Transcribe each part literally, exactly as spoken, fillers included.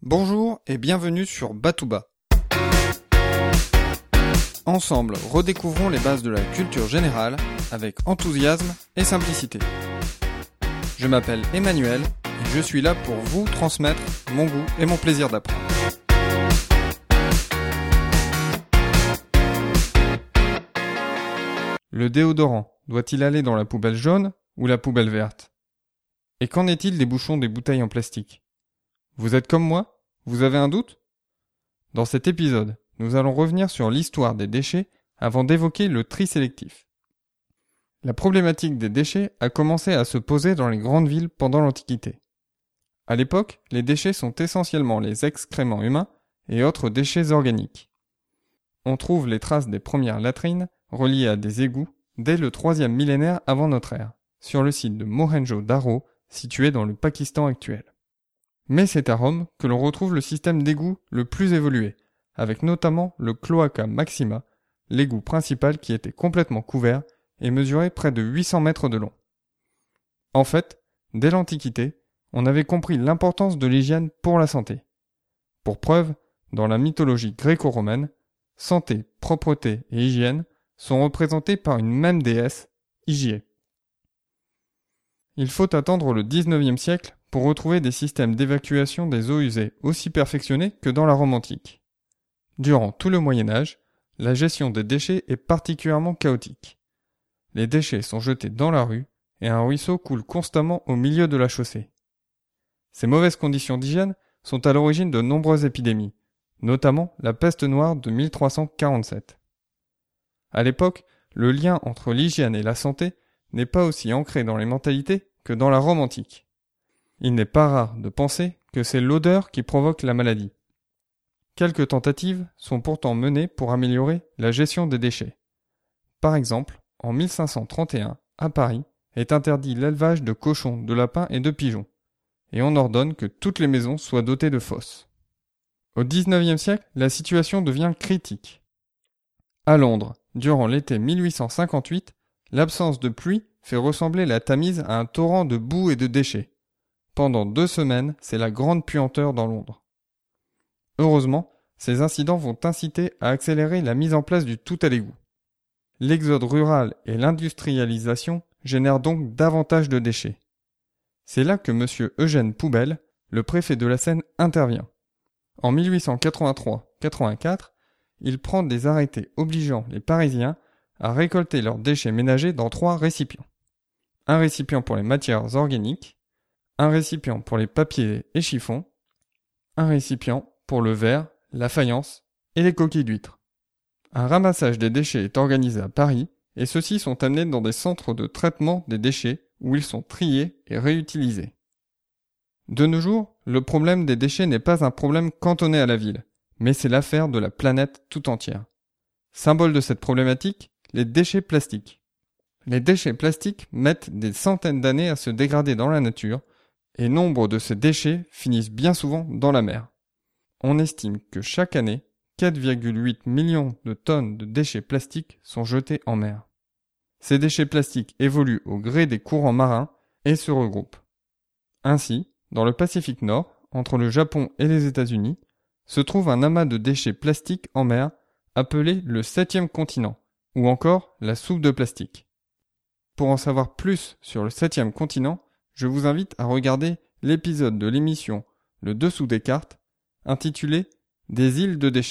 Bonjour et bienvenue sur Batouba. Ensemble, redécouvrons les bases de la culture générale avec enthousiasme et simplicité. Je m'appelle Emmanuel et je suis là pour vous transmettre mon goût et mon plaisir d'apprendre. Le déodorant doit-il aller dans la poubelle jaune ou la poubelle verte? Et qu'en est-il des bouchons des bouteilles en plastique? Vous êtes comme moi? Vous avez un doute? Dans cet épisode, nous allons revenir sur l'histoire des déchets avant d'évoquer le tri sélectif. La problématique des déchets a commencé à se poser dans les grandes villes pendant l'Antiquité. À l'époque, les déchets sont essentiellement les excréments humains et autres déchets organiques. On trouve les traces des premières latrines reliées à des égouts dès le troisième millénaire avant notre ère, sur le site de Mohenjo-Daro, situé dans le Pakistan actuel. Mais c'est à Rome que l'on retrouve le système d'égout le plus évolué, avec notamment le Cloaca Maxima, l'égout principal qui était complètement couvert et mesurait près de huit cents mètres de long. En fait, dès l'Antiquité, on avait compris l'importance de l'hygiène pour la santé. Pour preuve, dans la mythologie gréco-romaine, santé, propreté et hygiène sont représentés par une même déesse, Hygiée. Il faut attendre le dix-neuvième siècle pour retrouver des systèmes d'évacuation des eaux usées aussi perfectionnés que dans la Rome antique. Durant tout le Moyen-Âge, la gestion des déchets est particulièrement chaotique. Les déchets sont jetés dans la rue et un ruisseau coule constamment au milieu de la chaussée. Ces mauvaises conditions d'hygiène sont à l'origine de nombreuses épidémies, notamment la peste noire de mille trois cent quarante-sept. À l'époque, le lien entre l'hygiène et la santé n'est pas aussi ancré dans les mentalités que dans la Rome antique. Il n'est pas rare de penser que c'est l'odeur qui provoque la maladie. Quelques tentatives sont pourtant menées pour améliorer la gestion des déchets. Par exemple, en mille cinq cent trente et un, à Paris, est interdit l'élevage de cochons, de lapins et de pigeons, et on ordonne que toutes les maisons soient dotées de fosses. Au dix-neuvième siècle, la situation devient critique. À Londres, durant l'été mille huit cent cinquante-huit, l'absence de pluie fait ressembler la Tamise à un torrent de boue et de déchets. Pendant deux semaines, c'est la grande puanteur dans Londres. Heureusement, ces incidents vont inciter à accélérer la mise en place du tout à l'égout. L'exode rural et l'industrialisation génèrent donc davantage de déchets. C'est là que M. Eugène Poubelle, le préfet de la Seine, intervient. En mille huit cent quatre-vingt-trois quatre-vingt-quatre, il prend des arrêtés obligeant les Parisiens à récolter leurs déchets ménagers dans trois récipients. Un récipient pour les matières organiques, un récipient pour les papiers et chiffons, un récipient pour le verre, la faïence et les coquilles d'huîtres. Un ramassage des déchets est organisé à Paris et ceux-ci sont amenés dans des centres de traitement des déchets où ils sont triés et réutilisés. De nos jours, le problème des déchets n'est pas un problème cantonné à la ville, mais c'est l'affaire de la planète tout entière. Symbole de cette problématique, les déchets plastiques. Les déchets plastiques mettent des centaines d'années à se dégrader dans la nature, et nombre de ces déchets finissent bien souvent dans la mer. On estime que chaque année, quatre virgule huit millions de tonnes de déchets plastiques sont jetés en mer. Ces déchets plastiques évoluent au gré des courants marins et se regroupent. Ainsi, dans le Pacifique Nord, entre le Japon et les États-Unis, se trouve un amas de déchets plastiques en mer appelé le septième continent, ou encore la soupe de plastique. Pour en savoir plus sur le septième continent, je vous invite à regarder l'épisode de l'émission Le Dessous des cartes, intitulé « Des îles de déchets ».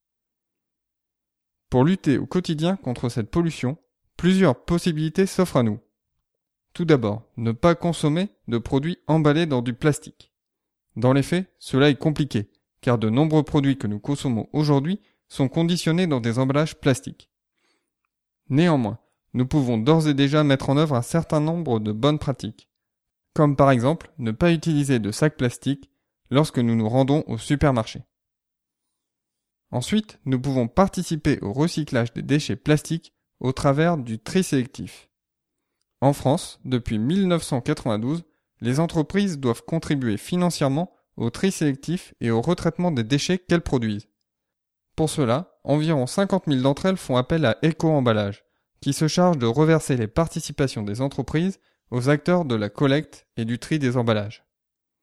Pour lutter au quotidien contre cette pollution, plusieurs possibilités s'offrent à nous. Tout d'abord, ne pas consommer de produits emballés dans du plastique. Dans les faits, cela est compliqué, car de nombreux produits que nous consommons aujourd'hui sont conditionnés dans des emballages plastiques. Néanmoins, nous pouvons d'ores et déjà mettre en œuvre un certain nombre de bonnes pratiques, comme par exemple ne pas utiliser de sacs plastiques lorsque nous nous rendons au supermarché. Ensuite, nous pouvons participer au recyclage des déchets plastiques au travers du tri sélectif. En France, depuis mille neuf cent quatre-vingt-douze, les entreprises doivent contribuer financièrement au tri sélectif et au retraitement des déchets qu'elles produisent. Pour cela, environ cinquante mille d'entre elles font appel à Éco-Emballage, qui se charge de reverser les participations des entreprises aux acteurs de la collecte et du tri des emballages.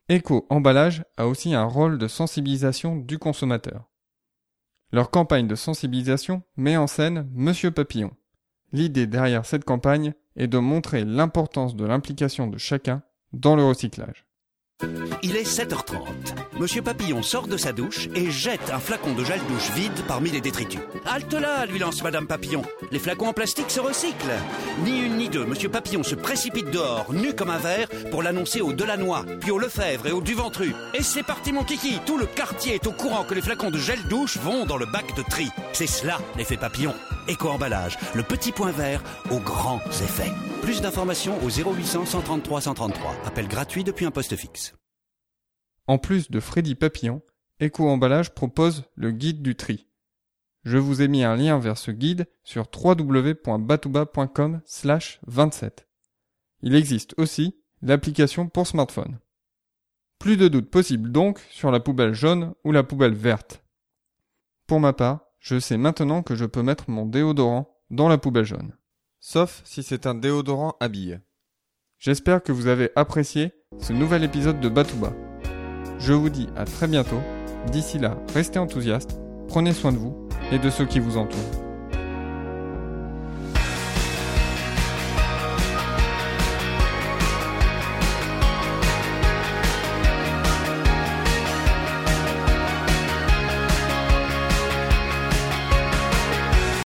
Éco-emballage a aussi un rôle de sensibilisation du consommateur. Leur campagne de sensibilisation met en scène Monsieur Papillon. L'idée derrière cette campagne est de montrer l'importance de l'implication de chacun dans le recyclage. Il est sept heures trente. Monsieur Papillon sort de sa douche et jette un flacon de gel douche vide parmi les détritus. « Halte là !» lui lance Madame Papillon. « Les flacons en plastique se recyclent !» Ni une ni deux, Monsieur Papillon se précipite dehors, nu comme un verre, pour l'annoncer au Delannoy, puis au Lefebvre et au Duventru. Et c'est parti mon kiki. Tout le quartier est au courant que les flacons de gel douche vont dans le bac de tri. C'est cela l'effet papillon. Éco-emballage, le petit point vert aux grands effets. Plus d'informations au zéro huit cents, cent trente-trois, cent trente-trois. Appel gratuit depuis un poste fixe. En plus de Freddy Papillon, Éco-emballage propose le guide du tri. Je vous ai mis un lien vers ce guide sur w w w point batouba point com slash vingt-sept. Il existe aussi l'application pour smartphone. Plus de doute possible donc sur la poubelle jaune ou la poubelle verte. Pour ma part, je sais maintenant que je peux mettre mon déodorant dans la poubelle jaune. Sauf si c'est un déodorant à billes. J'espère que vous avez apprécié ce nouvel épisode de Batouba. Je vous dis à très bientôt. D'ici là, restez enthousiastes, prenez soin de vous et de ceux qui vous entourent.